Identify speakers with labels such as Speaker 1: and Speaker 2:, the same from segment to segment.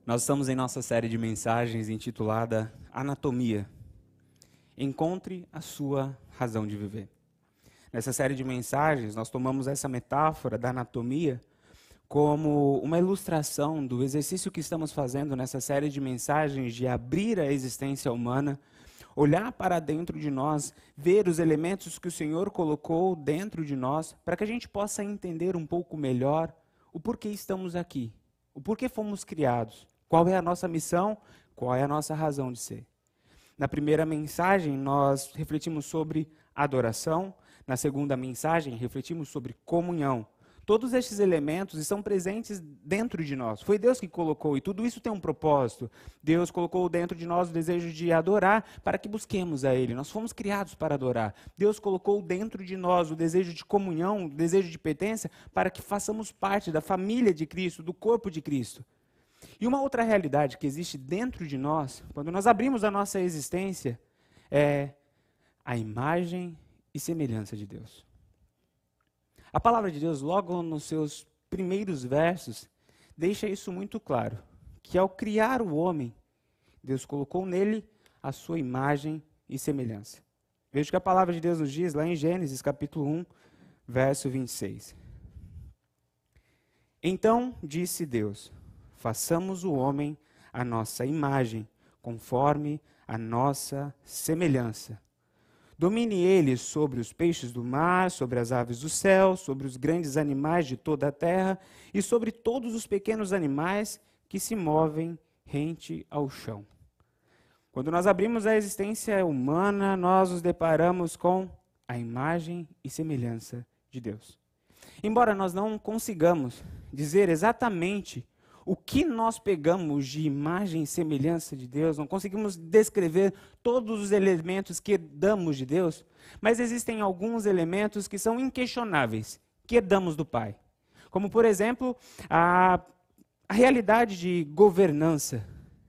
Speaker 1: Nós estamos em nossa série de mensagens intitulada Anatomia. Encontre a sua razão de viver. Nessa série de mensagens, nós tomamos essa metáfora da anatomia como uma ilustração do exercício que estamos fazendo nessa série de mensagens de abrir a existência humana, olhar para dentro de nós, ver os elementos que o Senhor colocou dentro de nós, para que a gente possa entender um pouco melhor o porquê estamos aqui, o porquê fomos criados, qual é a nossa missão, qual é a nossa razão de ser. Na primeira mensagem, nós refletimos sobre adoração. Na segunda mensagem, refletimos sobre comunhão. Todos estes elementos estão presentes dentro de nós. Foi Deus que colocou, e tudo isso tem um propósito. Deus colocou dentro de nós o desejo de adorar para que busquemos a Ele. Nós fomos criados para adorar. Deus colocou dentro de nós o desejo de comunhão, o desejo de pertença, para que façamos parte da família de Cristo, do corpo de Cristo. E uma outra realidade que existe dentro de nós, quando nós abrimos a nossa existência, é a imagem e semelhança de Deus. A palavra de Deus, logo nos seus primeiros versos, deixa isso muito claro, que ao criar o homem, Deus colocou nele a sua imagem e semelhança. Veja o que a palavra de Deus nos diz lá em Gênesis, capítulo 1, verso 26. Então disse Deus: façamos o homem à nossa imagem, conforme a nossa semelhança. Domine ele sobre os peixes do mar, sobre as aves do céu, sobre os grandes animais de toda a terra e sobre todos os pequenos animais que se movem rente ao chão. Quando nós abrimos a existência humana, nós nos deparamos com a imagem e semelhança de Deus. Embora nós não consigamos dizer exatamente o que nós pegamos de imagem e semelhança de Deus, não conseguimos descrever todos os elementos que herdamos de Deus, mas existem alguns elementos que são inquestionáveis, que herdamos do Pai. Como, por exemplo, a realidade de governança.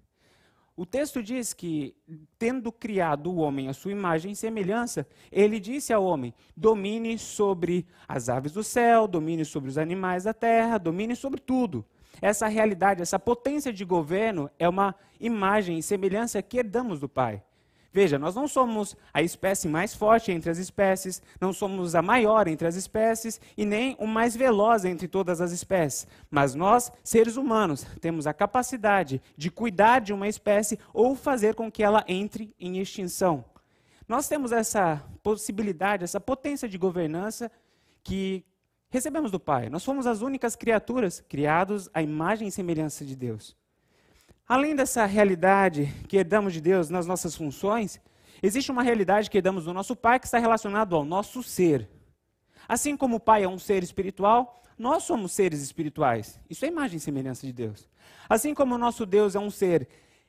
Speaker 1: O texto diz que, tendo criado o homem à sua imagem e semelhança, ele disse ao homem: domine sobre as aves do céu, domine sobre os animais da terra, domine sobre tudo. Essa realidade, essa potência de governo é uma imagem e semelhança que herdamos do Pai. Veja, nós não somos a espécie mais forte entre as espécies, não somos a maior entre as espécies e nem o mais veloz entre todas as espécies. Mas nós, seres humanos, temos a capacidade de cuidar de uma espécie ou fazer com que ela entre em extinção. Nós temos essa possibilidade, essa potência de governança que recebemos do Pai. Nós fomos as únicas criaturas criados à imagem e semelhança de Deus. Além dessa realidade que herdamos de Deus nas nossas funções, existe uma realidade que herdamos do nosso Pai que está relacionado ao nosso ser. Assim como o Pai é um ser espiritual, nós somos seres espirituais. Isso é imagem e semelhança de Deus. Assim como o nosso Deus é um ser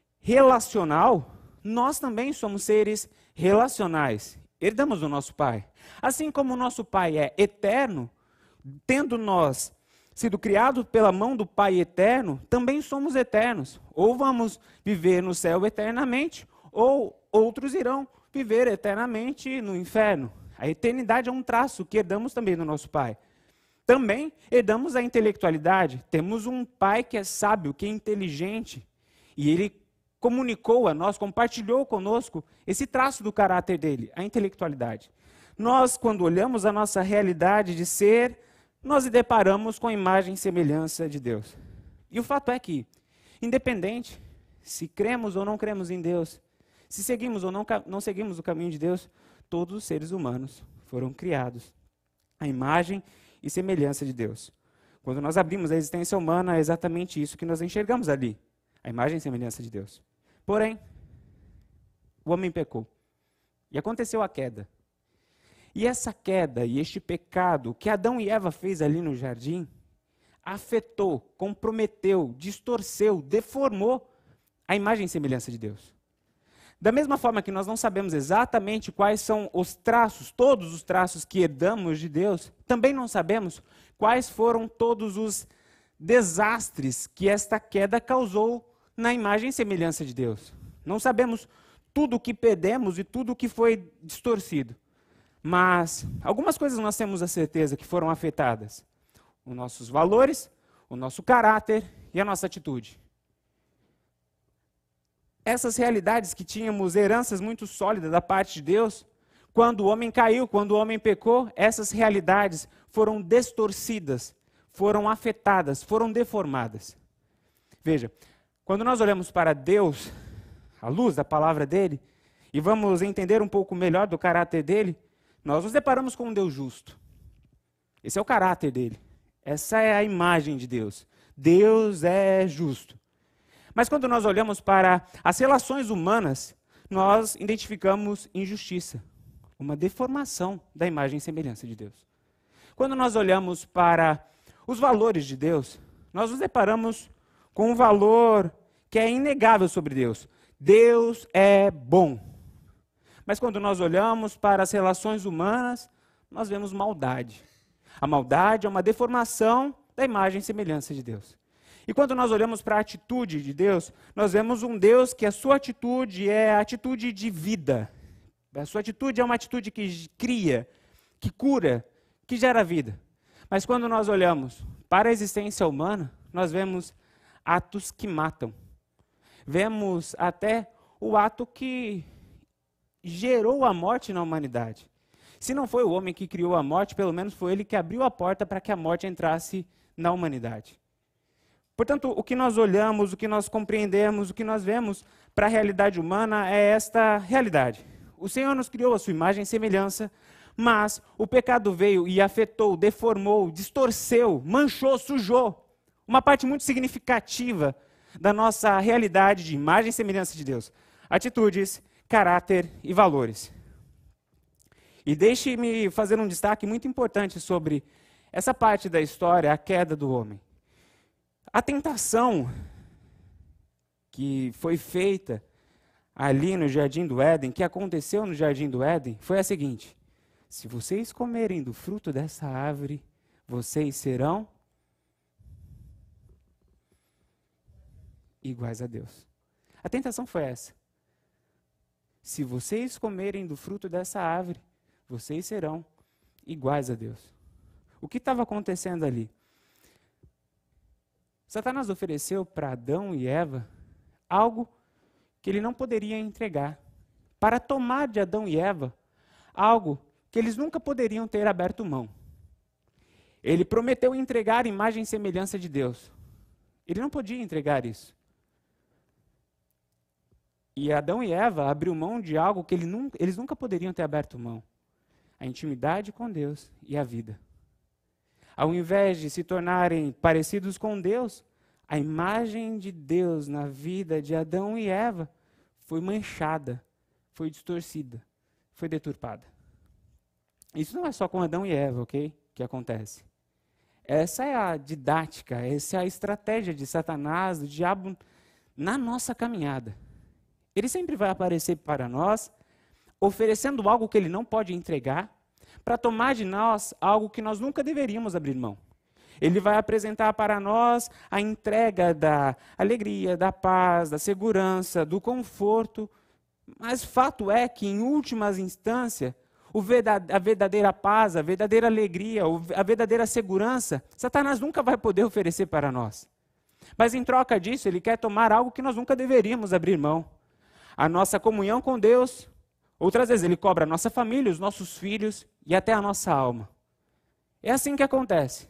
Speaker 1: relacional, nós também somos seres relacionais. Herdamos do nosso Pai. Assim como o nosso Pai é eterno, tendo nós sido criados pela mão do Pai eterno, também somos eternos. Ou vamos viver no céu eternamente, ou outros irão viver eternamente no inferno. A eternidade é um traço que herdamos também do nosso Pai. Também herdamos a intelectualidade. Temos um Pai que é sábio, que é inteligente, e Ele comunicou a nós, compartilhou conosco esse traço do caráter dele, a intelectualidade. Nós, quando olhamos a nossa realidade de ser, nós nos deparamos com a imagem e semelhança de Deus. E o fato é que, independente se cremos ou não cremos em Deus, se seguimos ou não seguimos o caminho de Deus, todos os seres humanos foram criados à imagem e semelhança de Deus. Quando nós abrimos a existência humana, é exatamente isso que nós enxergamos ali, a imagem e semelhança de Deus. Porém, o homem pecou. E aconteceu a queda. E essa queda e este pecado que Adão e Eva fez ali no jardim, afetou, comprometeu, distorceu, deformou a imagem e semelhança de Deus. Da mesma forma que nós não sabemos exatamente quais são os traços, todos os traços que herdamos de Deus, também não sabemos quais foram todos os desastres que esta queda causou na imagem e semelhança de Deus. Não sabemos tudo o que perdemos e tudo o que foi distorcido. Mas algumas coisas nós temos a certeza que foram afetadas. Os nossos valores, o nosso caráter e a nossa atitude. essas realidades que tínhamos, heranças muito sólidas da parte de Deus, quando o homem caiu, quando o homem pecou, essas realidades foram distorcidas, foram afetadas, foram deformadas. Veja, quando nós olhamos para Deus, à luz da palavra dele, e vamos entender um pouco melhor do caráter dele, nós nos deparamos com um Deus justo. Esse é o caráter dele. Essa é a imagem de Deus. Deus é justo. Mas quando nós olhamos para as relações humanas, nós identificamos injustiça, uma deformação da imagem e semelhança de Deus. Quando nós olhamos para os valores de Deus, nós nos deparamos com um valor que é inegável sobre Deus. Deus é bom. Mas quando nós olhamos para as relações humanas, nós vemos maldade. A maldade é uma deformação da imagem e semelhança de Deus. E quando nós olhamos para a atitude de Deus, nós vemos um Deus que a sua atitude é a atitude de vida. A sua atitude é uma atitude que cria, que cura, que gera vida. Mas quando nós olhamos para a existência humana, nós vemos atos que matam. Vemos até o ato que gerou a morte na humanidade. Se não foi o homem que criou a morte, pelo menos foi ele que abriu a porta para que a morte entrasse na humanidade. Portanto, o que nós olhamos, o que nós compreendemos, o que nós vemos para a realidade humana é esta realidade. O Senhor nos criou a sua imagem e semelhança, mas o pecado veio e afetou, deformou, distorceu, manchou, sujou uma parte muito significativa da nossa realidade de imagem e semelhança de Deus. Atitudes, caráter e valores. E deixe-me fazer um destaque muito importante sobre essa parte da história, a queda do homem. A tentação que foi feita ali no Jardim do Éden, que aconteceu no Jardim do Éden, foi a seguinte: se vocês comerem do fruto dessa árvore, vocês serão iguais a Deus. A tentação foi essa. Se vocês comerem do fruto dessa árvore, vocês serão iguais a Deus. O que estava acontecendo ali? Satanás ofereceu para Adão e Eva algo que ele não poderia entregar, para tomar de Adão e Eva algo que eles nunca poderiam ter aberto mão. Ele prometeu entregar a imagem e semelhança de Deus. Ele não podia entregar isso. E Adão e Eva abriu mão de algo que eles nunca poderiam ter aberto mão: a intimidade com Deus e a vida. Ao invés de se tornarem parecidos com Deus, a imagem de Deus na vida de Adão e Eva foi manchada, foi distorcida, foi deturpada. Isso não é só com Adão e Eva, ok? Que acontece. Essa é a didática, essa é a estratégia de Satanás, do diabo, na nossa caminhada. Ele sempre vai aparecer para nós, oferecendo algo que ele não pode entregar, para tomar de nós algo que nós nunca deveríamos abrir mão. Ele vai apresentar para nós a entrega da alegria, da paz, da segurança, do conforto. Mas fato é que, em últimas instâncias, a verdadeira paz, a verdadeira alegria, a verdadeira segurança, Satanás nunca vai poder oferecer para nós. Mas em troca disso, ele quer tomar algo que nós nunca deveríamos abrir mão: a nossa comunhão com Deus. Outras vezes ele cobra a nossa família, os nossos filhos e até a nossa alma. É assim que acontece.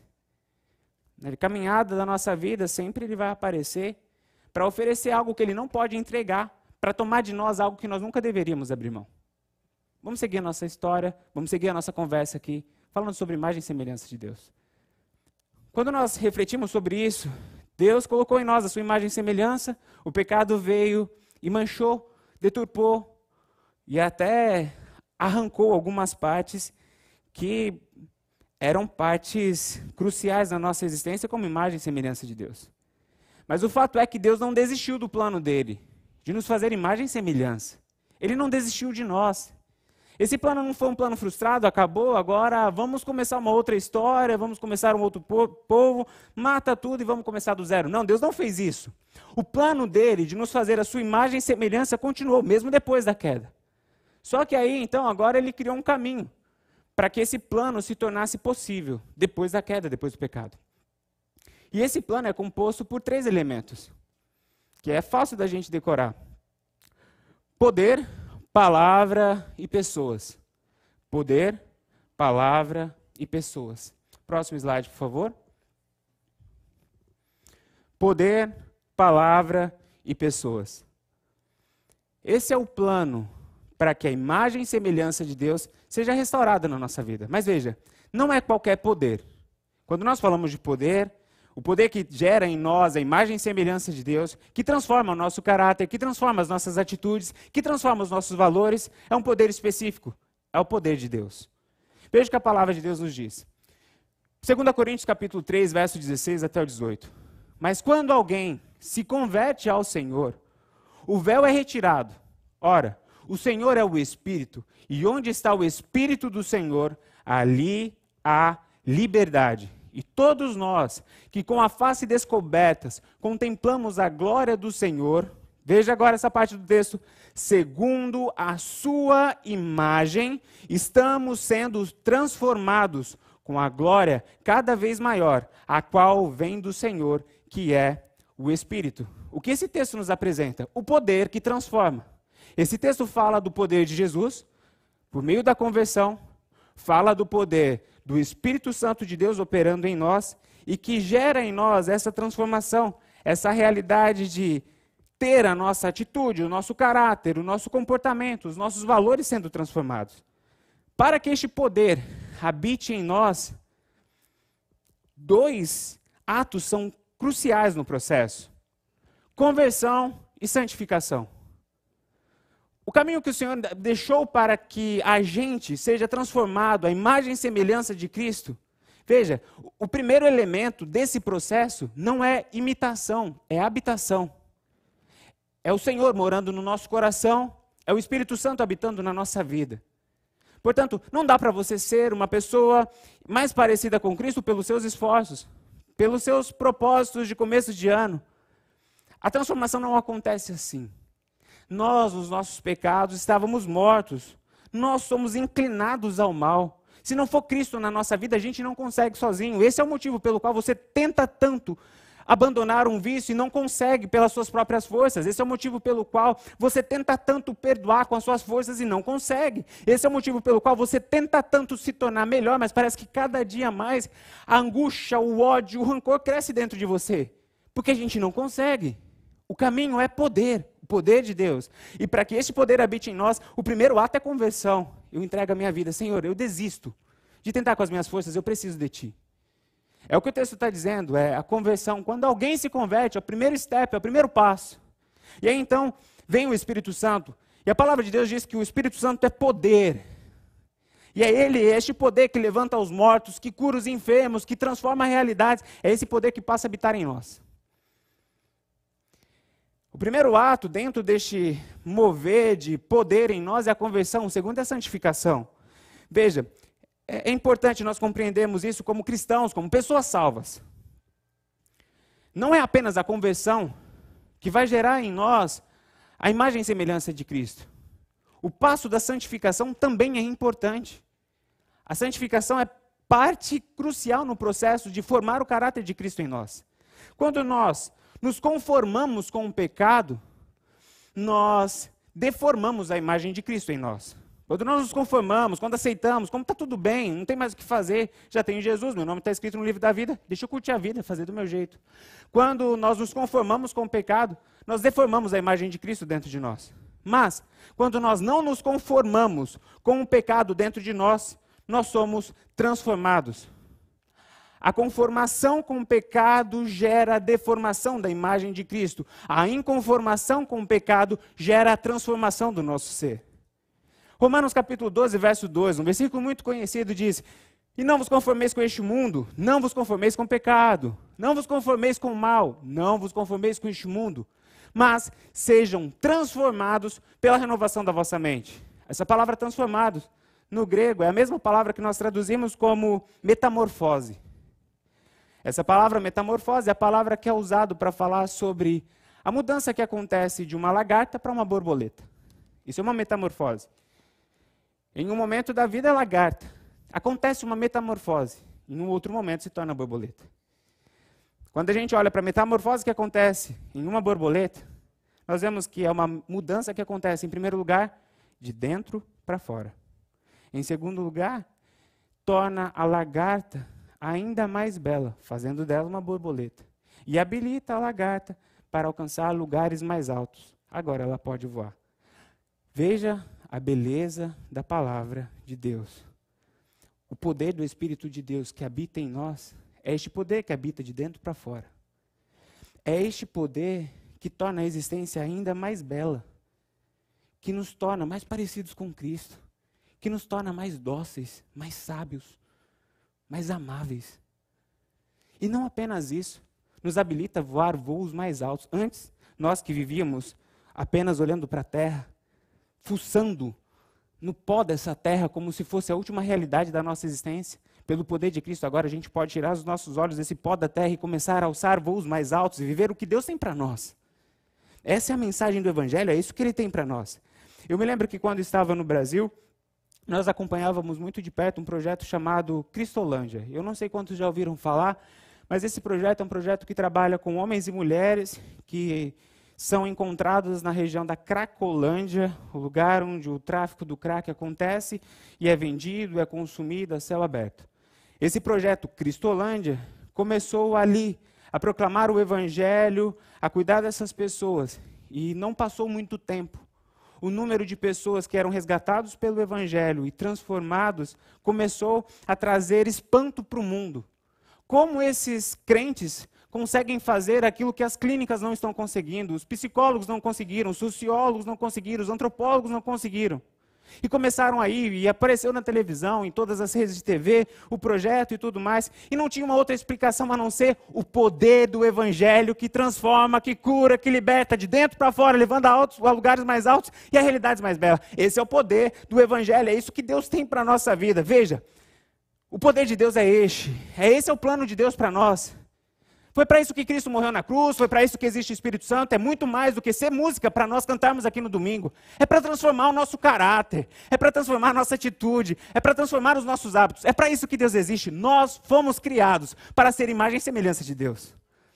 Speaker 1: Na caminhada da nossa vida, sempre ele vai aparecer para oferecer algo que ele não pode entregar, para tomar de nós algo que nós nunca deveríamos abrir mão. Vamos seguir a nossa história, vamos seguir a nossa conversa aqui, falando sobre imagem e semelhança de Deus. Quando nós refletimos sobre isso, Deus colocou em nós a sua imagem e semelhança, o pecado veio e manchou, deturpou e até arrancou algumas partes que eram partes cruciais na nossa existência como imagem e semelhança de Deus. Mas o fato é que Deus não desistiu do plano dele, de nos fazer imagem e semelhança. Ele não desistiu de nós. Esse plano não foi um plano frustrado, acabou, agora vamos começar uma outra história, vamos começar um outro povo, mata tudo e vamos começar do zero. Não, Deus não fez isso. O plano dele de nos fazer a sua imagem e semelhança continuou, mesmo depois da queda. Só que aí, então, agora ele criou um caminho para que esse plano se tornasse possível, depois da queda, depois do pecado. E esse plano é composto por 3 elementos, que é fácil da gente decorar. Poder, palavra e pessoas. Poder, palavra e pessoas. Próximo slide, por favor. Poder, palavra e pessoas. Esse é o plano para que a imagem e semelhança de Deus seja restaurada na nossa vida. Mas veja, não é qualquer poder. Quando nós falamos de poder, o poder que gera em nós a imagem e semelhança de Deus, que transforma o nosso caráter, que transforma as nossas atitudes, que transforma os nossos valores, é um poder específico. É o poder de Deus. Veja o que a palavra de Deus nos diz. 2 Coríntios capítulo 3, verso 16 até o 18. Mas quando alguém se converte ao Senhor, o véu é retirado. Ora, o Senhor é o Espírito, e onde está o Espírito do Senhor, ali há liberdade. E todos nós, que com a face descobertas, contemplamos a glória do Senhor, veja agora essa parte do texto, segundo a sua imagem, estamos sendo transformados com a glória cada vez maior, a qual vem do Senhor, que é o Espírito. O que esse texto nos apresenta? O poder que transforma. Esse texto fala do poder de Jesus, por meio da conversão, fala do poder do Espírito Santo de Deus operando em nós e que gera em nós essa transformação, essa realidade de ter a nossa atitude, o nosso caráter, o nosso comportamento, os nossos valores sendo transformados. Para que este poder habite em nós, dois atos são cruciais no processo: conversão e santificação. O caminho que o Senhor deixou para que a gente seja transformado à imagem e semelhança de Cristo, veja, o primeiro elemento desse processo não é imitação, é habitação. É o Senhor morando no nosso coração, é o Espírito Santo habitando na nossa vida. Portanto, não dá para você ser uma pessoa mais parecida com Cristo pelos seus esforços, pelos seus propósitos de começo de ano. A transformação não acontece assim. Nós, nos nossos pecados, estávamos mortos. Nós somos inclinados ao mal. Se não for Cristo na nossa vida, a gente não consegue sozinho. Esse é o motivo pelo qual você tenta tanto abandonar um vício e não consegue pelas suas próprias forças. Esse é o motivo pelo qual você tenta tanto perdoar com as suas forças e não consegue. Esse é o motivo pelo qual você tenta tanto se tornar melhor, mas parece que cada dia mais a angústia, o ódio, o rancor cresce dentro de você. Porque a gente não consegue. O caminho é poder, o poder de Deus. E para que esse poder habite em nós, o primeiro ato é conversão. Eu entrego a minha vida. Senhor, eu desisto de tentar com as minhas forças, eu preciso de Ti. É o que o texto está dizendo, é a conversão. Quando alguém se converte, é o primeiro step, é o primeiro passo. E aí então, vem o Espírito Santo. E a palavra de Deus diz que o Espírito Santo é poder. E é Ele, é este poder que levanta os mortos, que cura os enfermos, que transforma realidades. É esse poder que passa a habitar em nós. O primeiro ato dentro deste mover de poder em nós é a conversão, o segundo é a santificação. Veja, é importante nós compreendermos isso como cristãos, como pessoas salvas. Não é apenas a conversão que vai gerar em nós a imagem e semelhança de Cristo. O passo da santificação também é importante. A santificação é parte crucial no processo de formar o caráter de Cristo em nós. Quando nós nos conformamos com o pecado, nós deformamos a imagem de Cristo em nós. Quando nós nos conformamos, quando aceitamos, como está tudo bem, não tem mais o que fazer, já tenho Jesus, meu nome está escrito no livro da vida, deixa eu curtir a vida, fazer do meu jeito. Quando nós nos conformamos com o pecado, nós deformamos a imagem de Cristo dentro de nós. Mas, quando nós não nos conformamos com o pecado dentro de nós, nós somos transformados. A conformação com o pecado gera a deformação da imagem de Cristo. A inconformação com o pecado gera a transformação do nosso ser. Romanos capítulo 12, verso 2, um versículo muito conhecido diz: e não vos conformeis com este mundo, não vos conformeis com o pecado, não vos conformeis com o mal, não vos conformeis com este mundo, mas sejam transformados pela renovação da vossa mente. Essa palavra transformados, no grego, é a mesma palavra que nós traduzimos como metamorfose. Essa palavra metamorfose é a palavra que é usada para falar sobre a mudança que acontece de uma lagarta para uma borboleta. Isso é uma metamorfose. Em um momento da vida é lagarta. Acontece uma metamorfose. Em um outro momento se torna borboleta. Quando a gente olha para a metamorfose que acontece em uma borboleta, nós vemos que é uma mudança que acontece, em primeiro lugar, de dentro para fora. Em segundo lugar, torna a lagarta ainda mais bela, fazendo dela uma borboleta. E habilita a lagarta para alcançar lugares mais altos. Agora ela pode voar. Veja a beleza da palavra de Deus. O poder do Espírito de Deus que habita em nós é este poder que habita de dentro para fora. É este poder que torna a existência ainda mais bela, que nos torna mais parecidos com Cristo, que nos torna mais dóceis, mais sábios, mais amáveis. E não apenas isso, nos habilita a voar voos mais altos. Antes, nós que vivíamos apenas olhando para a terra, fuçando no pó dessa terra como se fosse a última realidade da nossa existência, pelo poder de Cristo, agora a gente pode tirar os nossos olhos desse pó da terra e começar a alçar voos mais altos e viver o que Deus tem para nós. Essa é a mensagem do Evangelho, é isso que Ele tem para nós. Eu me lembro que quando estava no Brasil, nós acompanhávamos muito de perto um projeto chamado Cristolândia. Eu não sei quantos já ouviram falar, mas esse projeto é um projeto que trabalha com homens e mulheres que são encontrados na região da Cracolândia, o lugar onde o tráfico do crack acontece e é vendido, é consumido a céu aberto. Esse projeto Cristolândia começou ali a proclamar o Evangelho, a cuidar dessas pessoas. E não passou muito tempo. O número de pessoas que eram resgatados pelo Evangelho e transformados começou a trazer espanto para o mundo. Como esses crentes conseguem fazer aquilo que as clínicas não estão conseguindo, os psicólogos não conseguiram, os sociólogos não conseguiram, os antropólogos não conseguiram. E começaram aí, e apareceu na televisão, em todas as redes de TV, o projeto e tudo mais, e não tinha uma outra explicação a não ser o poder do Evangelho que transforma, que cura, que liberta de dentro para fora, levando a lugares mais altos e a realidades mais belas. Esse é o poder do Evangelho, é isso que Deus tem para a nossa vida. Veja, o poder de Deus é esse é o plano de Deus para nós. Foi para isso que Cristo morreu na cruz, foi para isso que existe o Espírito Santo, é muito mais do que ser música para nós cantarmos aqui no domingo. É para transformar o nosso caráter, é para transformar a nossa atitude, é para transformar os nossos hábitos. É para isso que Deus existe. Nós fomos criados para ser imagem e semelhança de Deus.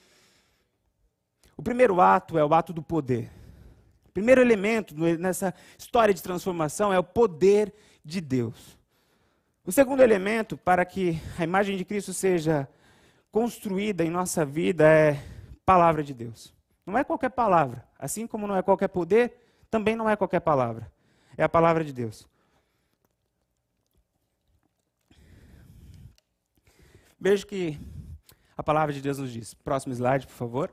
Speaker 1: O primeiro ato é o ato do poder. O primeiro elemento nessa história de transformação é o poder de Deus. O segundo elemento para que a imagem de Cristo seja construída em nossa vida é palavra de Deus. Não é qualquer palavra. Assim como não é qualquer poder, também não é qualquer palavra. É a palavra de Deus. Veja que a palavra de Deus nos diz. Próximo slide, por favor.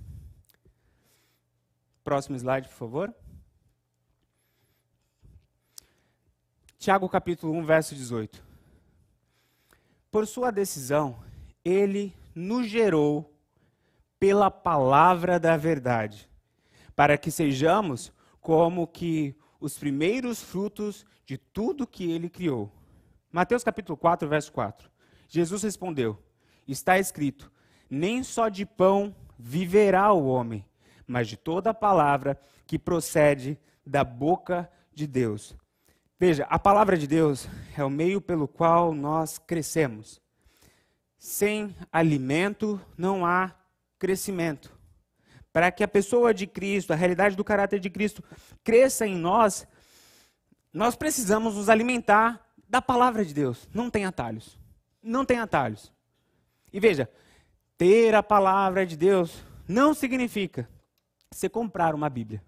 Speaker 1: Próximo slide, por favor. Tiago capítulo 1, verso 18. Por sua decisão, Ele nos gerou pela palavra da verdade, para que sejamos como que os primeiros frutos de tudo que Ele criou. Mateus capítulo 4, verso 4. Jesus respondeu, está escrito, nem só de pão viverá o homem, mas de toda a palavra que procede da boca de Deus. Veja, a palavra de Deus é o meio pelo qual nós crescemos. Sem alimento não há crescimento. Para que a pessoa de Cristo, a realidade do caráter de Cristo cresça em nós, nós precisamos nos alimentar da palavra de Deus. Não tem atalhos. Não tem atalhos. E veja, ter a palavra de Deus não significa você comprar uma Bíblia.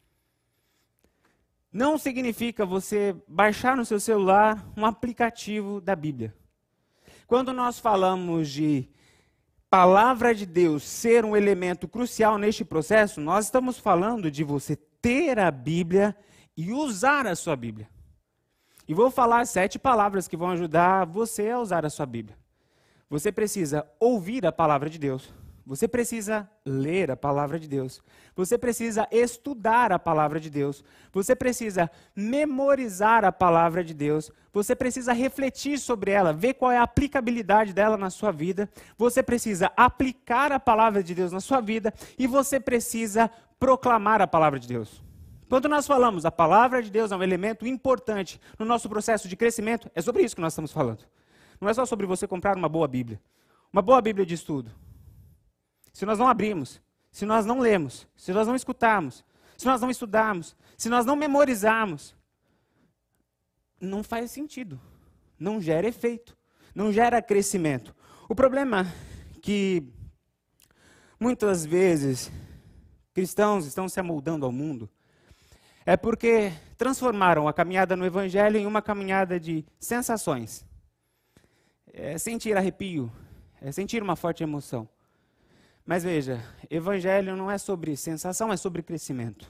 Speaker 1: Não significa você baixar no seu celular um aplicativo da Bíblia. Quando nós falamos de palavra de Deus ser um elemento crucial neste processo, nós estamos falando de você ter a Bíblia e usar a sua Bíblia. E vou falar 7 palavras que vão ajudar você a usar a sua Bíblia. Você precisa ouvir a palavra de Deus. Você precisa ler a palavra de Deus. Você precisa estudar a palavra de Deus. Você precisa memorizar a palavra de Deus. Você precisa refletir sobre ela, ver qual é a aplicabilidade dela na sua vida. Você precisa aplicar a palavra de Deus na sua vida. E você precisa proclamar a palavra de Deus. Quando nós falamos a palavra de Deus é um elemento importante no nosso processo de crescimento, é sobre isso que nós estamos falando. Não é só sobre você comprar uma boa Bíblia. Uma boa Bíblia de estudo. Se nós não abrirmos, se nós não lemos, se nós não escutarmos, se nós não estudarmos, se nós não memorizarmos, não faz sentido, não gera efeito, não gera crescimento. O problema é que muitas vezes cristãos estão se amoldando ao mundo é porque transformaram a caminhada no Evangelho em uma caminhada de sensações. É sentir arrepio, é sentir uma forte emoção. Mas veja, Evangelho não é sobre sensação, é sobre crescimento.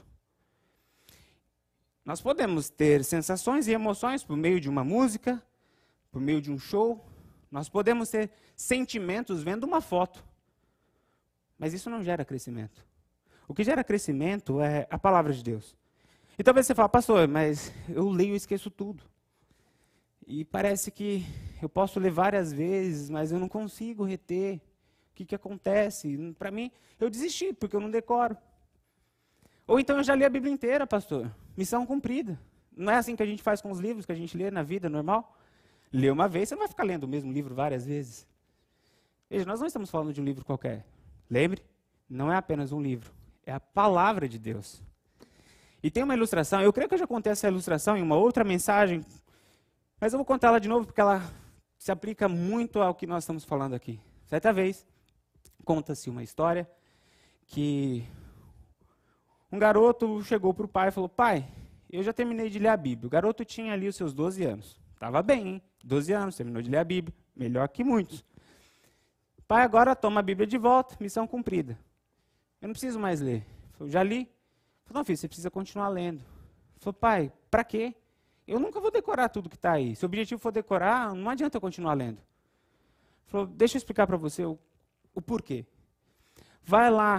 Speaker 1: Nós podemos ter sensações e emoções por meio de uma música, por meio de um show. Nós podemos ter sentimentos vendo uma foto. Mas isso não gera crescimento. O que gera crescimento é a palavra de Deus. E talvez você fale, pastor, mas eu leio e esqueço tudo. E parece que eu posso ler várias vezes, mas eu não consigo reter. O que acontece? Para mim, eu desisti, porque eu não decoro. Ou então eu já li a Bíblia inteira, pastor. Missão cumprida. Não é assim que a gente faz com os livros que a gente lê na vida normal? Lê uma vez, você não vai ficar lendo o mesmo livro várias vezes. Veja, nós não estamos falando de um livro qualquer. Lembre, não é apenas um livro. É a palavra de Deus. E tem uma ilustração, eu creio que eu já contei essa ilustração em uma outra mensagem, mas eu vou contar ela de novo porque ela se aplica muito ao que nós estamos falando aqui. Certa vez, conta-se uma história que um garoto chegou para o pai e falou, pai, eu já terminei de ler a Bíblia. O garoto tinha ali os seus 12 anos. Estava bem, hein? 12 anos, terminou de ler a Bíblia. Melhor que muitos. Pai, agora toma a Bíblia de volta, missão cumprida. Eu não preciso mais ler. Eu já li. Falei, não, filho, você precisa continuar lendo. Falei, pai, para quê? Eu nunca vou decorar tudo que está aí. Se o objetivo for decorar, não adianta eu continuar lendo. Falei, deixa eu explicar para você o porquê. Vai lá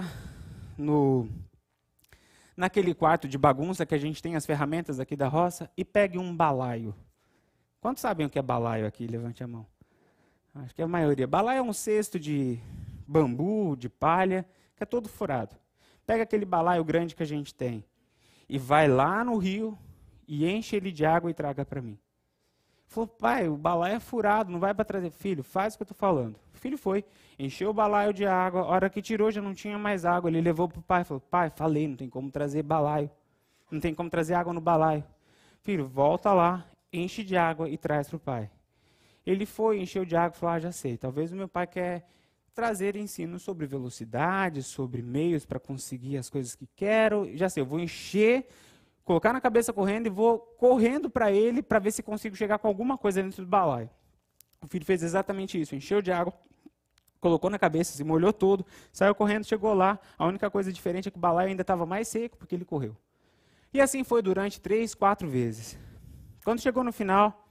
Speaker 1: naquele quarto de bagunça que a gente tem as ferramentas aqui da roça e pegue um balaio. Quantos sabem o que é balaio aqui? Levante a mão. Acho que é a maioria. Balaio é um cesto de bambu, de palha, que é todo furado. Pega aquele balaio grande que a gente tem e vai lá no rio e enche ele de água e traga para mim. Falou, pai, o balaio é furado, não vai para trazer. Filho, faz o que eu estou falando. O filho foi, encheu o balaio de água, a hora que tirou já não tinha mais água. Ele levou para o pai, falou, pai, falei, não tem como trazer balaio. Não tem como trazer água no balaio. Filho, volta lá, enche de água e traz para o pai. Ele foi, encheu de água e falou, já sei, talvez o meu pai quer trazer ensino sobre velocidade, sobre meios para conseguir as coisas que quero. Já sei, eu vou encher, colocar na cabeça correndo e vou correndo para ele para ver se consigo chegar com alguma coisa dentro do balaio. O filho fez exatamente isso, encheu de água, colocou na cabeça, se molhou todo, saiu correndo, chegou lá. A única coisa diferente é que o balaio ainda estava mais seco porque ele correu. E assim foi durante 3, 4 vezes. Quando chegou no final,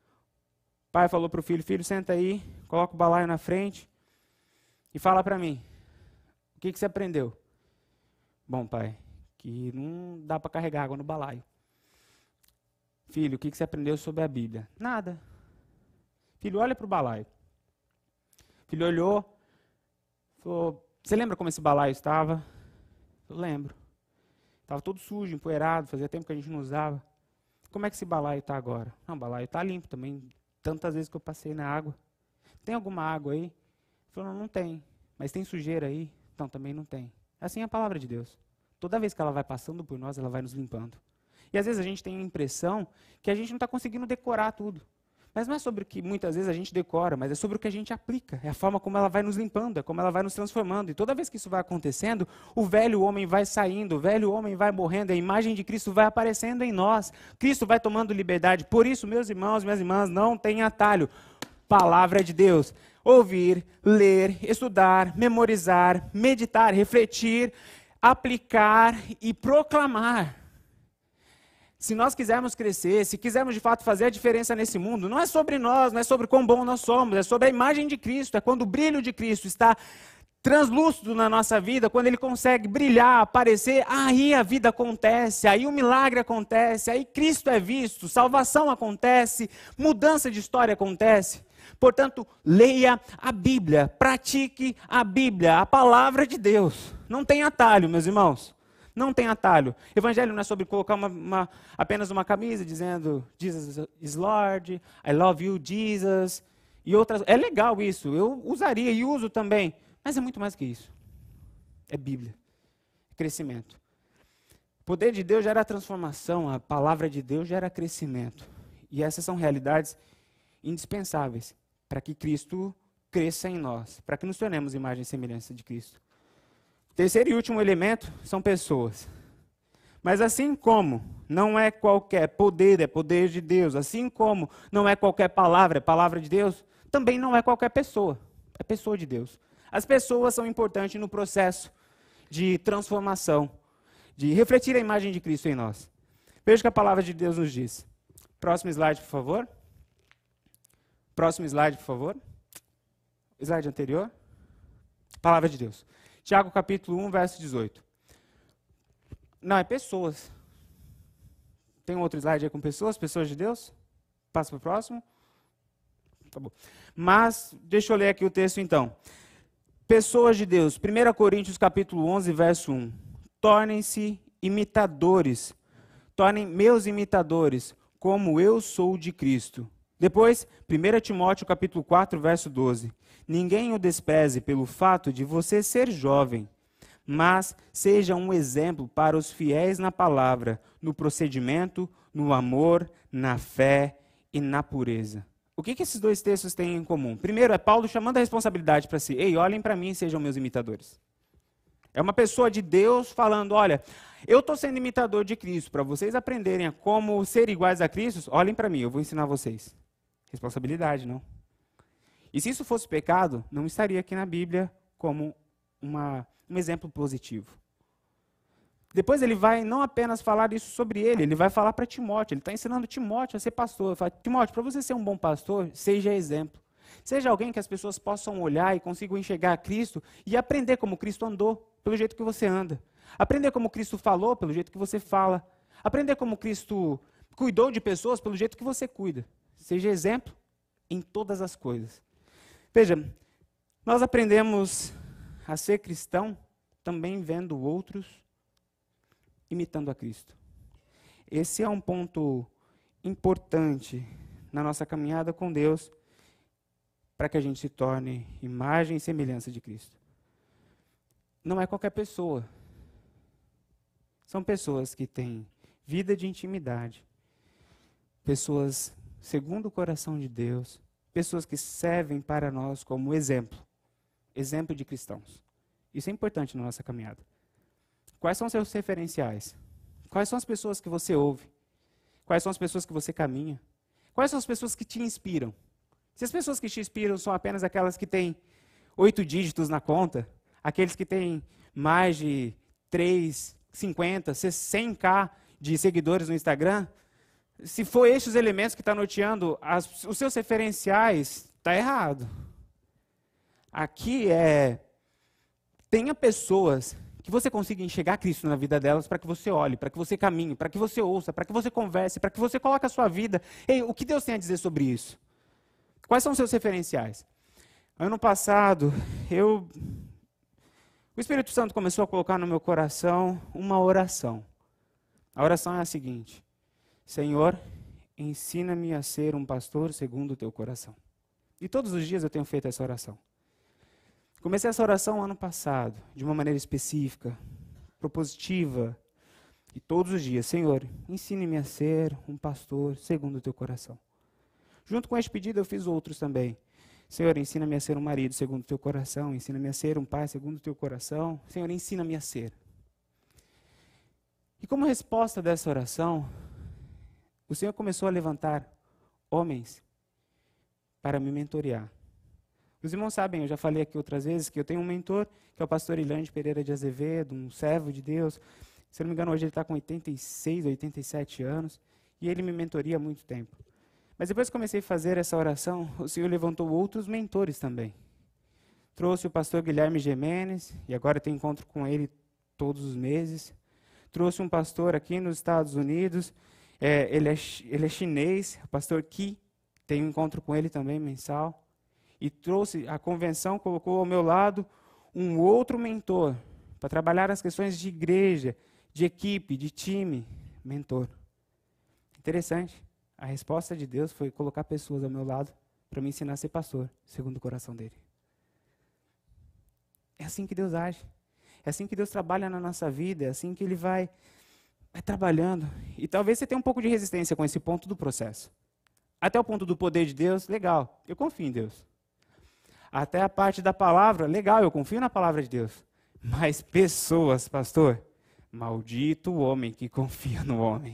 Speaker 1: o pai falou para o filho, filho, senta aí, coloca o balaio na frente e fala para mim, o que você aprendeu? Bom, pai, que não dá para carregar água no balaio. Filho, o que você aprendeu sobre a Bíblia? Nada. Filho, olha para o balaio. Filho olhou, falou, você lembra como esse balaio estava? Eu lembro. Estava todo sujo, empoeirado, fazia tempo que a gente não usava. Como é que esse balaio está agora? Não, o balaio está limpo também, tantas vezes que eu passei na água. Tem alguma água aí? Ele falou, não tem. Mas tem sujeira aí? Então, também não tem. Assim é a palavra de Deus. Toda vez que ela vai passando por nós, ela vai nos limpando. E às vezes a gente tem a impressão que a gente não está conseguindo decorar tudo. Mas não é sobre o que muitas vezes a gente decora, mas é sobre o que a gente aplica. É a forma como ela vai nos limpando, é como ela vai nos transformando. E toda vez que isso vai acontecendo, o velho homem vai saindo, o velho homem vai morrendo, a imagem de Cristo vai aparecendo em nós. Cristo vai tomando liberdade. Por isso, meus irmãos, minhas irmãs, não tem atalho. Palavra de Deus. Ouvir, ler, estudar, memorizar, meditar, refletir, aplicar e proclamar. Se nós quisermos crescer, se quisermos de fato fazer a diferença nesse mundo, não é sobre nós, não é sobre quão bom nós somos, é sobre a imagem de Cristo, é quando o brilho de Cristo está translúcido na nossa vida, quando ele consegue brilhar, aparecer, aí a vida acontece, aí o milagre acontece, aí Cristo é visto, salvação acontece, mudança de história acontece. Portanto, leia a Bíblia, pratique a Bíblia, a palavra de Deus. Não tem atalho, meus irmãos. Não tem atalho. Evangelho não é sobre colocar apenas uma camisa dizendo Jesus is Lord, I love you, Jesus, e outras. É legal isso, eu usaria e uso também, mas é muito mais que isso. É Bíblia, é crescimento. O poder de Deus gera transformação, a palavra de Deus gera crescimento. E essas são realidades indispensáveis para que Cristo cresça em nós, para que nos tornemos imagem e semelhança de Cristo. Terceiro e último elemento são pessoas. Mas assim como não é qualquer poder, é poder de Deus, assim como não é qualquer palavra, é palavra de Deus, também não é qualquer pessoa, é pessoa de Deus. As pessoas são importantes no processo de transformação, de refletir a imagem de Cristo em nós. Veja o que a palavra de Deus nos diz. Próximo slide, por favor. Próximo slide, por favor. Slide anterior. Palavra de Deus. Tiago, capítulo 1, verso 18. Não, é pessoas. Tem um outro slide aí com pessoas? Pessoas de Deus? Passa para o próximo. Acabou. Mas, deixa eu ler aqui o texto então. Pessoas de Deus. 1 Coríntios, capítulo 11, verso 1. Tornem-se imitadores. Tornem meus imitadores, como eu sou de Cristo. Depois, 1 Timóteo, capítulo 4, verso 12. Ninguém o despreze pelo fato de você ser jovem, mas seja um exemplo para os fiéis na palavra, no procedimento, no amor, na fé e na pureza. O que esses dois textos têm em comum? Primeiro, é Paulo chamando a responsabilidade para si. Ei, olhem para mim e sejam meus imitadores. É uma pessoa de Deus falando, olha, eu estou sendo imitador de Cristo. Para vocês aprenderem a como ser iguais a Cristo, olhem para mim, eu vou ensinar vocês. Responsabilidade, não? E se isso fosse pecado, não estaria aqui na Bíblia como um exemplo positivo. Depois ele vai não apenas falar isso sobre ele vai falar para Timóteo. Ele está ensinando Timóteo a ser pastor. Ele fala, Timóteo, para você ser um bom pastor, seja exemplo. Seja alguém que as pessoas possam olhar e consigam enxergar a Cristo e aprender como Cristo andou, pelo jeito que você anda. Aprender como Cristo falou, pelo jeito que você fala. Aprender como Cristo cuidou de pessoas, pelo jeito que você cuida. Seja exemplo em todas as coisas. Veja, nós aprendemos a ser cristão também vendo outros imitando a Cristo. Esse é um ponto importante na nossa caminhada com Deus para que a gente se torne imagem e semelhança de Cristo. Não é qualquer pessoa. São pessoas que têm vida de intimidade, pessoas segundo o coração de Deus, pessoas que servem para nós como exemplo de cristãos. Isso é importante na nossa caminhada. Quais são os seus referenciais? Quais são as pessoas que você ouve? Quais são as pessoas que você caminha? Quais são as pessoas que te inspiram? Se as pessoas que te inspiram são apenas aquelas que têm 8 dígitos na conta, aqueles que têm mais de 3, 50, 100k de seguidores no Instagram, se for esses os elementos que estão norteando os seus referenciais, está errado. Aqui tenha pessoas que você consiga enxergar Cristo na vida delas para que você olhe, para que você caminhe, para que você ouça, para que você converse, para que você coloque a sua vida. Ei, o que Deus tem a dizer sobre isso? Quais são os seus referenciais? Ano passado, o Espírito Santo começou a colocar no meu coração uma oração. A oração é a seguinte: Senhor, ensina-me a ser um pastor segundo o teu coração. E todos os dias eu tenho feito essa oração. Comecei essa oração ano passado, de uma maneira específica, propositiva. E todos os dias, Senhor, ensine-me a ser um pastor segundo o teu coração. Junto com este pedido eu fiz outros também. Senhor, ensina-me a ser um marido segundo o teu coração. Ensina-me a ser um pai segundo o teu coração. Senhor, ensina-me a ser. E como resposta dessa oração, o Senhor começou a levantar homens para me mentorear. Os irmãos sabem, eu já falei aqui outras vezes, que eu tenho um mentor, que é o pastor Ilande Pereira de Azevedo, um servo de Deus. Se eu não me engano, hoje ele está com 86, 87 anos, e ele me mentoria há muito tempo. Mas depois que comecei a fazer essa oração, o Senhor levantou outros mentores também. Trouxe o pastor Guilherme Gemenes, e agora eu tenho encontro com ele todos os meses. Trouxe um pastor aqui nos Estados Unidos, ele é chinês, o pastor Ki, tenho encontro com ele também mensal. E trouxe, a convenção colocou ao meu lado um outro mentor, para trabalhar as questões de igreja, de equipe, de time, mentor. Interessante, a resposta de Deus foi colocar pessoas ao meu lado para me ensinar a ser pastor, segundo o coração dele. É assim que Deus age, é assim que Deus trabalha na nossa vida, é assim que Ele vai vai trabalhando. E talvez você tenha um pouco de resistência com esse ponto do processo. Até o ponto do poder de Deus, legal, eu confio em Deus. Até a parte da palavra, legal, eu confio na palavra de Deus. Mas pessoas, pastor, maldito o homem que confia no homem.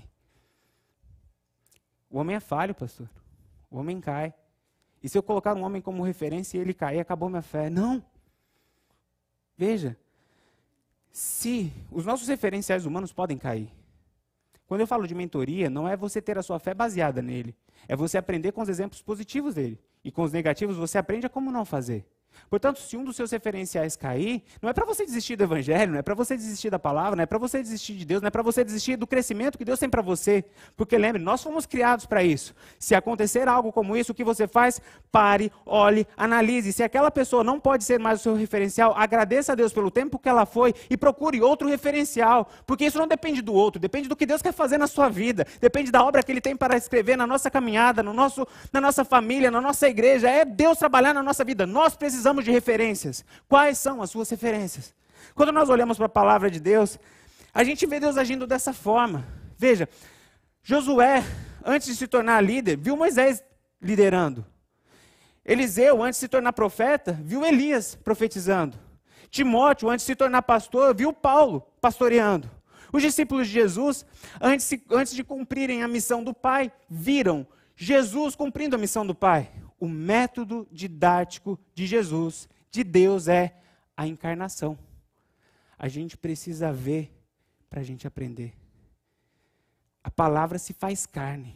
Speaker 1: O homem é falho, pastor. O homem cai. E se eu colocar um homem como referência e ele cair, acabou minha fé. Não. Veja, se os nossos referenciais humanos podem cair. Quando eu falo de mentoria, não é você ter a sua fé baseada nele. É você aprender com os exemplos positivos dele. E com os negativos, você aprende a como não fazer. Portanto, se um dos seus referenciais cair, não é para você desistir do evangelho, não é para você desistir da palavra, não é para você desistir de Deus, não é para você desistir do crescimento que Deus tem para você. Porque lembre, nós fomos criados para isso. Se acontecer algo como isso, o que você faz? Pare, olhe, analise. Se aquela pessoa não pode ser mais o seu referencial, agradeça a Deus pelo tempo que ela foi e procure outro referencial. Porque isso não depende do outro, depende do que Deus quer fazer na sua vida. Depende da obra que Ele tem para escrever na nossa caminhada, na nossa família, na nossa igreja. É Deus trabalhar na nossa vida. Nós precisamos de referências. Quais são as suas referências? Quando nós olhamos para a palavra de Deus, a gente vê Deus agindo dessa forma. Veja, Josué, antes de se tornar líder, viu Moisés liderando. Eliseu, antes de se tornar profeta, viu Elias profetizando. Timóteo, antes de se tornar pastor, viu Paulo pastoreando. Os discípulos de Jesus, antes de cumprirem a missão do Pai, viram Jesus cumprindo a missão do Pai. O método didático de Jesus, de Deus, é a encarnação. A gente precisa ver para a gente aprender. A palavra se faz carne.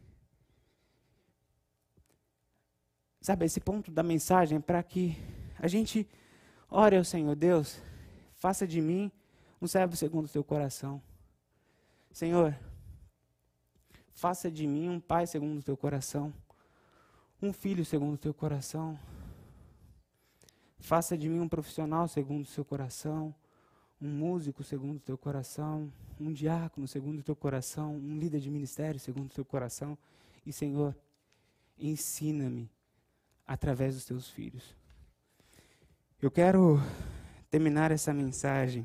Speaker 1: Sabe, esse ponto da mensagem é para que a gente ore ao Senhor, Deus, faça de mim um servo segundo o teu coração. Senhor, faça de mim um pai segundo o teu coração. Um filho segundo o teu coração. Faça de mim um profissional segundo o seu coração. Um músico segundo o teu coração. Um diácono segundo o teu coração. Um líder de ministério segundo o teu coração. E, Senhor, ensina-me através dos teus filhos. Eu quero terminar essa mensagem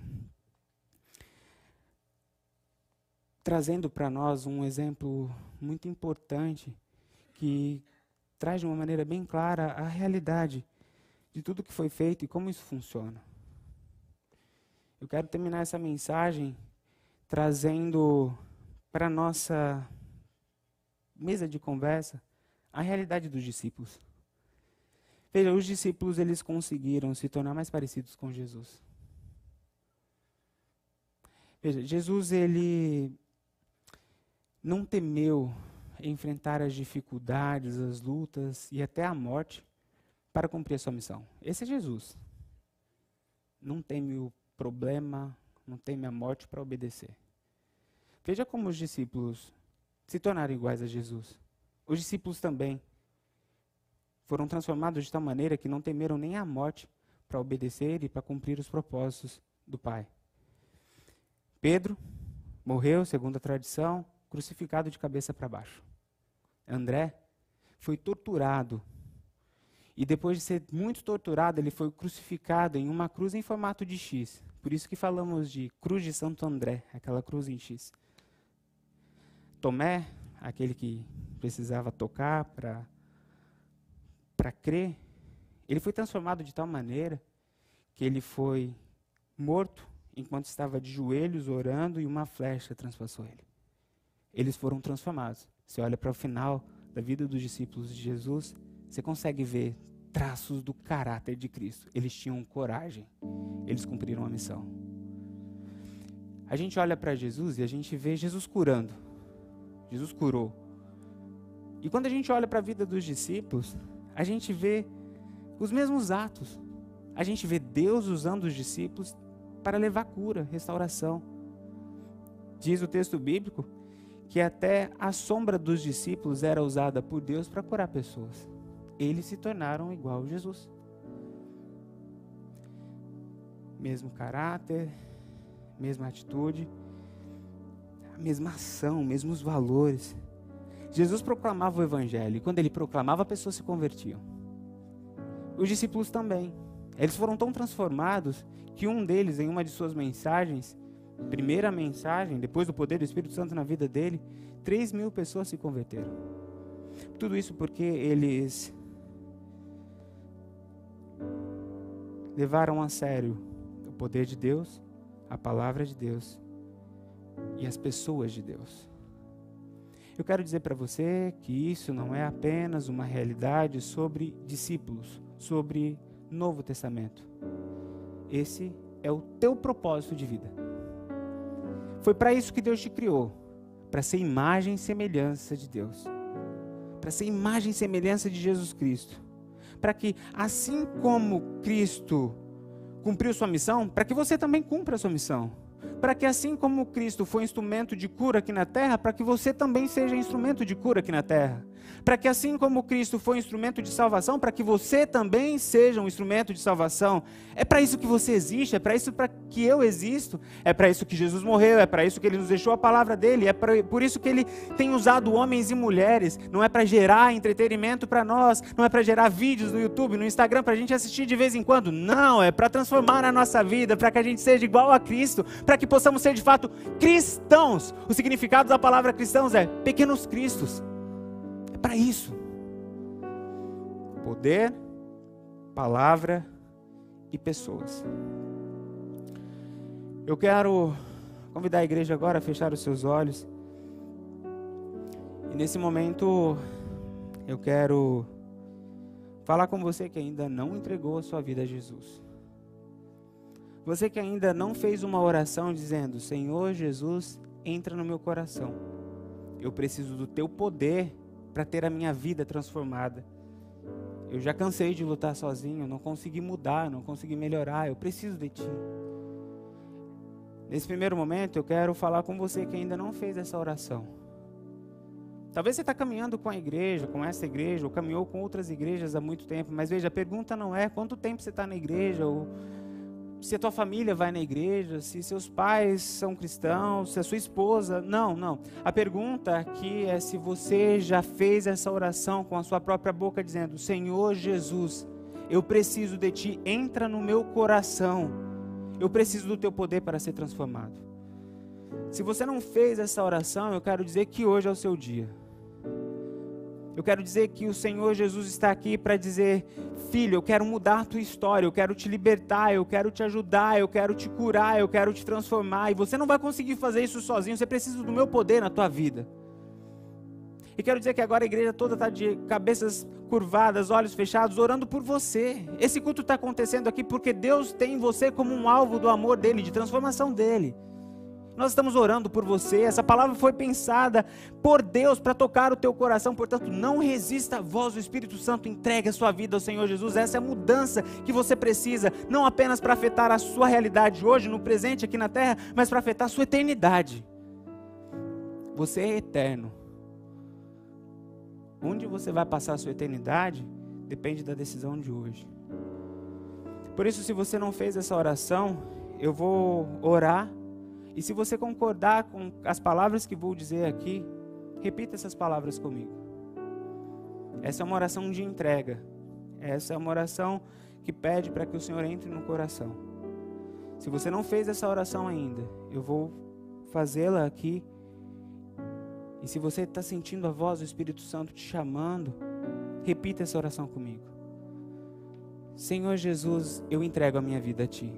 Speaker 1: trazendo para nós um exemplo muito importante que traz de uma maneira bem clara a realidade de tudo que foi feito e como isso funciona. Eu quero terminar essa mensagem trazendo para a nossa mesa de conversa a realidade dos discípulos. Veja, os discípulos eles conseguiram se tornar mais parecidos com Jesus. Veja, Jesus ele não temeu enfrentar as dificuldades, as lutas e até a morte para cumprir a sua missão. Esse é Jesus. Não teme o problema, não teme a morte para obedecer. Veja como os discípulos se tornaram iguais a Jesus. Os discípulos também foram transformados de tal maneira que não temeram nem a morte para obedecer e para cumprir os propósitos do Pai. Pedro morreu, segundo a tradição, crucificado de cabeça para baixo. André foi torturado. E depois de ser muito torturado, ele foi crucificado em uma cruz em formato de X. Por isso que falamos de cruz de Santo André, aquela cruz em X. Tomé, aquele que precisava tocar para crer, ele foi transformado de tal maneira que ele foi morto enquanto estava de joelhos orando e uma flecha transpassou ele. Eles foram transformados. Você olha para o final da vida dos discípulos de Jesus, você consegue ver traços do caráter de Cristo. Eles tinham coragem. Eles cumpriram a missão. A gente olha para Jesus e a gente vê Jesus curando. Jesus curou. E quando a gente olha para a vida dos discípulos, a gente vê os mesmos atos. A gente vê Deus usando os discípulos para levar cura, restauração. Diz o texto bíblico que até a sombra dos discípulos era usada por Deus para curar pessoas. Eles se tornaram igual a Jesus. Mesmo caráter, mesma atitude, a mesma ação, mesmos valores. Jesus proclamava o evangelho, e quando ele proclamava, pessoas se convertiam. Os discípulos também. Eles foram tão transformados que um deles, em uma de suas mensagens, primeira mensagem, depois do poder do Espírito Santo na vida dele, 3.000 pessoas se converteram. Tudo isso porque eles levaram a sério o poder de Deus, a palavra de Deus e as pessoas de Deus. Eu quero dizer para você que isso não é apenas uma realidade sobre discípulos, sobre Novo Testamento. Esse é o teu propósito de vida. Foi para isso que Deus te criou, para ser imagem e semelhança de Deus, para ser imagem e semelhança de Jesus Cristo, para que assim como Cristo cumpriu sua missão, para que você também cumpra a sua missão. Para que assim como Cristo foi instrumento de cura aqui na terra, para que você também seja instrumento de cura aqui na terra. Para que assim como Cristo foi instrumento de salvação, para que você também seja um instrumento de salvação. É para isso que você existe, é para isso que eu existo, é para isso que Jesus morreu, é para isso que Ele nos deixou a palavra dEle, por isso que Ele tem usado homens e mulheres. Não é para gerar entretenimento para nós, não é para gerar vídeos no YouTube, no Instagram, para a gente assistir de vez em quando. Não, é para transformar a nossa vida, para que a gente seja igual a Cristo, para que possamos ser de fato cristãos. O significado da palavra cristãos é pequenos cristos. É para isso. Poder, palavra e pessoas. Eu quero convidar a igreja agora a fechar os seus olhos. E nesse momento eu quero falar com você que ainda não entregou a sua vida a Jesus. Você que ainda não fez uma oração dizendo: Senhor Jesus, entra no meu coração. Eu preciso do teu poder para ter a minha vida transformada. Eu já cansei de lutar sozinho, não consegui mudar, não consegui melhorar, eu preciso de ti. Nesse primeiro momento eu quero falar com você que ainda não fez essa oração. Talvez você está caminhando com a igreja, com essa igreja, ou caminhou com outras igrejas há muito tempo, mas veja, a pergunta não é quanto tempo você está na igreja, ou se a tua família vai na igreja, se seus pais são cristãos, se a sua esposa... Não. A pergunta aqui é se você já fez essa oração com a sua própria boca, dizendo: Senhor Jesus, eu preciso de ti, entra no meu coração. Eu preciso do teu poder para ser transformado. Se você não fez essa oração, eu quero dizer que hoje é o seu dia. Eu quero dizer que o Senhor Jesus está aqui para dizer: filho, eu quero mudar a tua história, eu quero te libertar, eu quero te ajudar, eu quero te curar, eu quero te transformar. E você não vai conseguir fazer isso sozinho, você precisa do meu poder na tua vida. E quero dizer que agora a igreja toda está de cabeças curvadas, olhos fechados, orando por você. Esse culto está acontecendo aqui porque Deus tem você como um alvo do amor dEle, de transformação dEle. Nós estamos orando por você, essa palavra foi pensada por Deus para tocar o teu coração, portanto não resista à voz do Espírito Santo, entregue a sua vida ao Senhor Jesus. Essa é a mudança que você precisa, não apenas para afetar a sua realidade hoje, no presente aqui na terra, mas para afetar a sua eternidade. Você é eterno. Onde você vai passar a sua eternidade depende da decisão de hoje. Por isso, se você não fez essa oração, eu vou orar. E se você concordar com as palavras que vou dizer aqui, repita essas palavras comigo. Essa é uma oração de entrega. Essa é uma oração que pede para que o Senhor entre no coração. Se você não fez essa oração ainda, eu vou fazê-la aqui. E se você está sentindo a voz do Espírito Santo te chamando, repita essa oração comigo. Senhor Jesus, eu entrego a minha vida a Ti.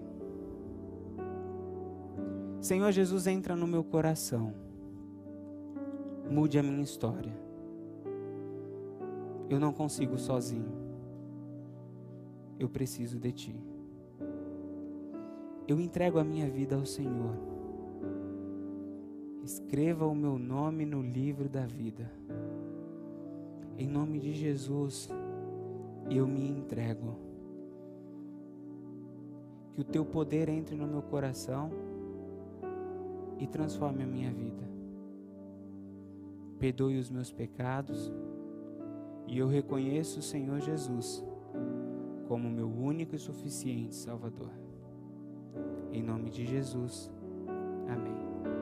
Speaker 1: Senhor Jesus, entra no meu coração. Mude a minha história. Eu não consigo sozinho. Eu preciso de Ti. Eu entrego a minha vida ao Senhor. Escreva o meu nome no livro da vida. Em nome de Jesus, eu me entrego. Que o Teu poder entre no meu coração e transforme a minha vida. Perdoe os meus pecados e eu reconheço o Senhor Jesus como meu único e suficiente Salvador. Em nome de Jesus, amém.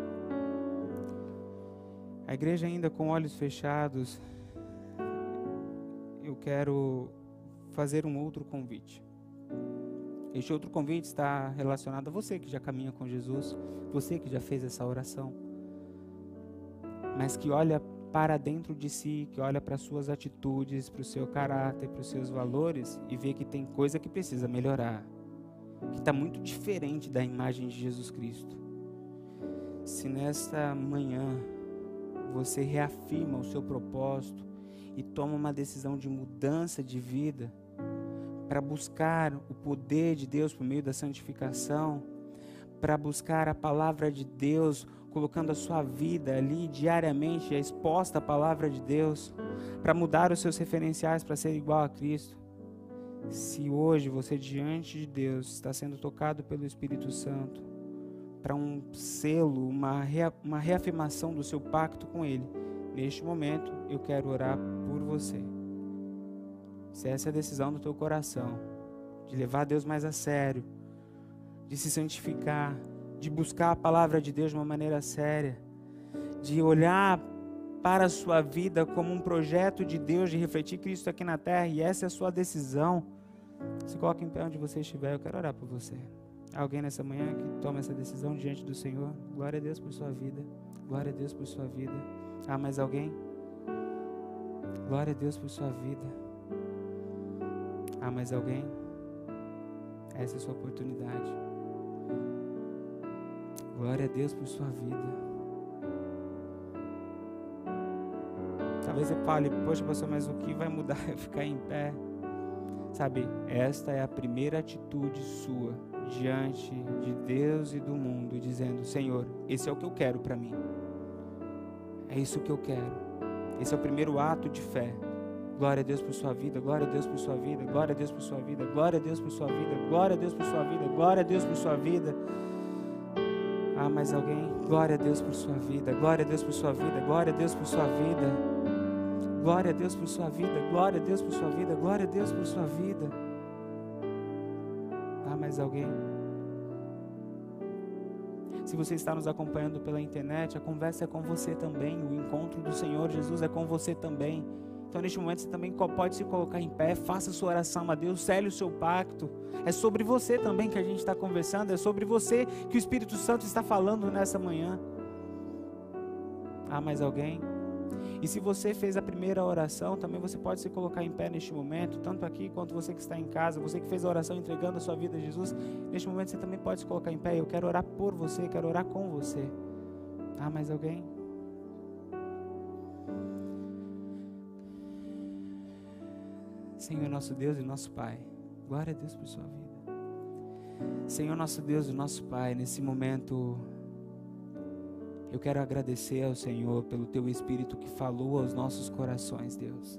Speaker 1: A igreja ainda com olhos fechados, eu quero fazer um outro convite. Este outro convite está relacionado a você que já caminha com Jesus, você que já fez essa oração, mas que olha para dentro de si, que olha para as suas atitudes, para o seu caráter, para os seus valores e vê que tem coisa que precisa melhorar, que está muito diferente da imagem de Jesus Cristo. Se nesta manhã você reafirma o seu propósito e toma uma decisão de mudança de vida, para buscar o poder de Deus por meio da santificação, para buscar a palavra de Deus, colocando a sua vida ali diariamente exposta à palavra de Deus, para mudar os seus referenciais para ser igual a Cristo. Se hoje você diante de Deus está sendo tocado pelo Espírito Santo, para um selo, uma reafirmação do seu pacto com Ele, neste momento eu quero orar por você. Se essa é a decisão do teu coração, de levar Deus mais a sério, de se santificar, de buscar a palavra de Deus de uma maneira séria, de olhar para a sua vida como um projeto de Deus, de refletir Cristo aqui na terra, e essa é a sua decisão, se coloque em pé onde você estiver, eu quero orar por você. Alguém nessa manhã que toma essa decisão diante do Senhor? Glória a Deus por sua vida, glória a Deus por sua vida. Ah, mais alguém? Glória a Deus por sua vida. Há mais alguém? Essa é a sua oportunidade. Glória a Deus por sua vida. Talvez você fale, poxa pastor, mas o que vai mudar é ficar em pé? Sabe, esta é a primeira atitude sua diante de Deus e do mundo, dizendo, Senhor, esse é o que eu quero para mim. É isso que eu quero. Esse é o primeiro ato de fé. Glória a Deus por sua vida, glória a Deus por sua vida, glória a Deus por sua vida, glória a Deus por sua vida, glória a Deus por sua vida, glória a Deus por sua vida. Ah, mais alguém? Glória a Deus por sua vida, glória a Deus por sua vida, glória a Deus por sua vida. Glória a Deus por sua vida, glória a Deus por sua vida, glória a Deus por sua vida. Ah, mais alguém? Se você está nos acompanhando pela internet, a conversa é com você também, o encontro do Senhor Jesus é com você também. Então neste momento você também pode se colocar em pé, faça sua oração a Deus, cele o seu pacto. É sobre você também que a gente está conversando, é sobre você que o Espírito Santo está falando nessa manhã. Ah, mais alguém? E se você fez a primeira oração, também você pode se colocar em pé neste momento, tanto aqui quanto você que está em casa, você que fez a oração entregando a sua vida a Jesus, neste momento você também pode se colocar em pé. Eu quero orar por você, quero orar com você. Ah, mais alguém? Senhor nosso Deus e nosso Pai, glória a Deus por sua vida. Senhor nosso Deus e nosso Pai, nesse momento eu quero agradecer ao Senhor pelo Teu Espírito que falou aos nossos corações, Deus.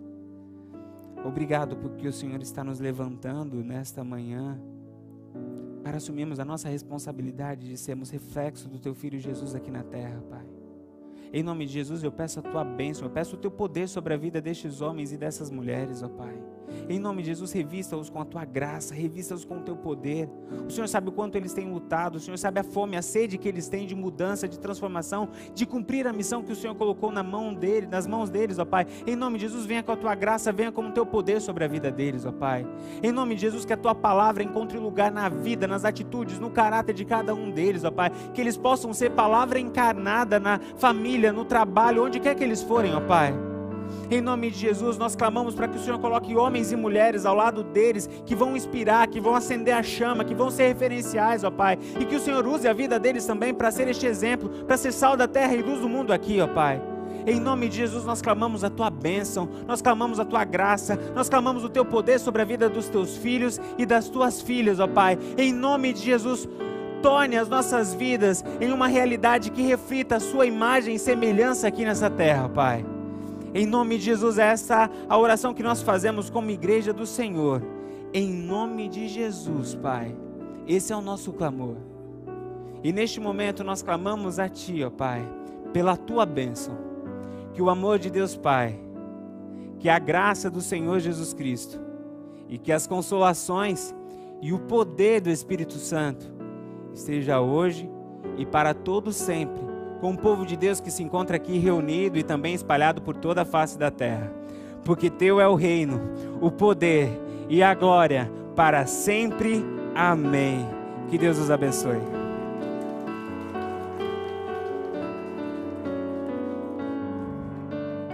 Speaker 1: Obrigado porque o Senhor está nos levantando nesta manhã para assumirmos a nossa responsabilidade de sermos reflexo do Teu Filho Jesus aqui na terra, Pai. Em nome de Jesus, eu peço a Tua bênção, eu peço o Teu poder sobre a vida destes homens e dessas mulheres, ó Pai. Em nome de Jesus, revista-os com a Tua graça, revista-os com o Teu poder. O Senhor sabe o quanto eles têm lutado, o Senhor sabe a fome, a sede que eles têm de mudança, de transformação, de cumprir a missão que o Senhor colocou nas mãos deles, ó Pai. Em nome de Jesus, venha com a Tua graça, venha com o Teu poder sobre a vida deles, ó Pai. Em nome de Jesus, que a Tua palavra encontre lugar na vida, nas atitudes, no caráter de cada um deles, ó Pai. Que eles possam ser palavra encarnada na família, no trabalho, onde quer que eles forem, ó Pai. Em nome de Jesus, nós clamamos para que o Senhor coloque homens e mulheres ao lado deles, que vão inspirar, que vão acender a chama, que vão ser referenciais, ó Pai. E que o Senhor use a vida deles também para ser este exemplo, para ser sal da terra e luz do mundo aqui, ó Pai. Em nome de Jesus, nós clamamos a Tua bênção, nós clamamos a Tua graça, nós clamamos o Teu poder sobre a vida dos Teus filhos e das Tuas filhas, ó Pai. Em nome de Jesus, torne as nossas vidas em uma realidade que reflita a Sua imagem e semelhança aqui nessa terra, Pai. Em nome de Jesus, essa é a oração que nós fazemos como igreja do Senhor. Em nome de Jesus, Pai. Esse é o nosso clamor. E neste momento nós clamamos a Ti, ó Pai, pela Tua bênção. Que o amor de Deus Pai, que a graça do Senhor Jesus Cristo e que as consolações e o poder do Espírito Santo esteja hoje e para todo sempre com o povo de Deus que se encontra aqui reunido e também espalhado por toda a face da terra. Porque Teu é o reino, o poder e a glória para sempre. Amém. Que Deus os abençoe.